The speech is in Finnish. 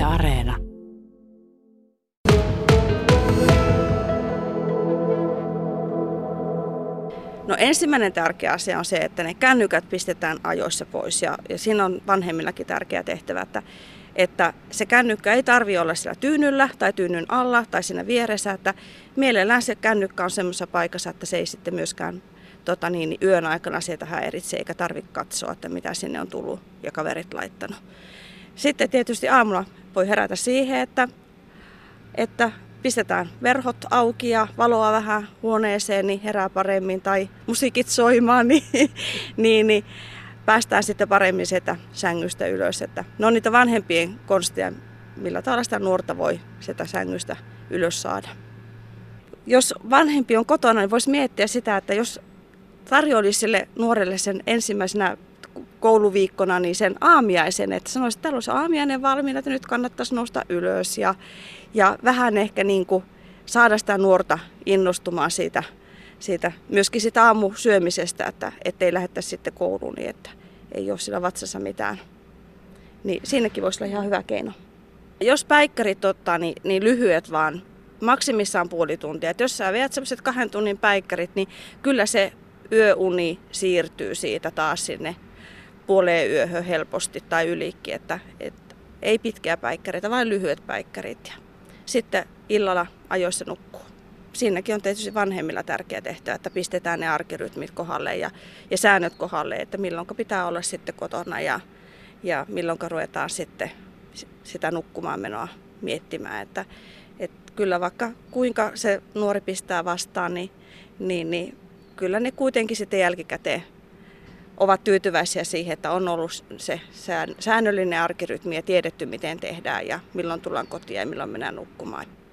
Areena. No ensimmäinen tärkeä asia on se, että ne kännykät pistetään ajoissa pois ja siinä on vanhemmillakin tärkeä tehtävä, että se kännykkä ei tarvitse olla siellä tyynyllä tai tyynyn alla tai siinä vieressä, että mielellään se kännykkä on semmoisessa paikassa, että se ei sitten myöskään yön aikana sieltä häiritse eikä tarvitse katsoa, että mitä sinne on tullut ja kaverit laittanut. Sitten tietysti aamulla voi herätä siihen, että pistetään verhot auki ja valoa vähän huoneeseen, niin herää paremmin, tai musiikit soimaan, niin päästään sitten paremmin sieltä sängystä ylös. Että ne on niitä vanhempien konsteja, millä tavalla sitä nuorta voi sieltä sängystä ylös saada. Jos vanhempi on kotona, niin voisi miettiä sitä, että jos tarjoilisi sille nuorelle sen ensimmäisenä kouluviikkona niin sen aamiaisen, että sanoisi, että täällä olisi aamiainen valmiina, että nyt kannattaisi nousta ylös ja vähän ehkä niin kuin saada sitä nuorta innostumaan siitä myöskin sitä aamusyömisestä, että ettei lähettäisi sitten kouluun niin, että ei ole sillä vatsassa mitään. Niin siinäkin voisi olla ihan hyvä keino. Jos päikkärit ottaa, niin lyhyet vaan, maksimissaan puoli tuntia. Et jos sä viet sellaiset 2 tunnin päikkärit, niin kyllä se yöuni siirtyy siitä taas sinne puoleen yöhön helposti tai ylikin, että ei pitkiä päikkäreitä, vaan lyhyet päikkärit ja sitten illalla ajoissa nukkuu. Siinäkin on tietysti vanhemmilla tärkeä tehtävä, että pistetään ne arkirytmit kohdalle ja säännöt kohdalle, että milloin pitää olla sitten kotona ja milloin ruvetaan sitten sitä nukkumaan menoa miettimään. Että kyllä vaikka kuinka se nuori pistää vastaan, niin kyllä ne kuitenkin sitten jälkikäteen ovat tyytyväisiä siihen, että on ollut se säännöllinen arkirytmi ja tiedetty, miten tehdään ja milloin tullaan kotiin ja milloin mennään nukkumaan.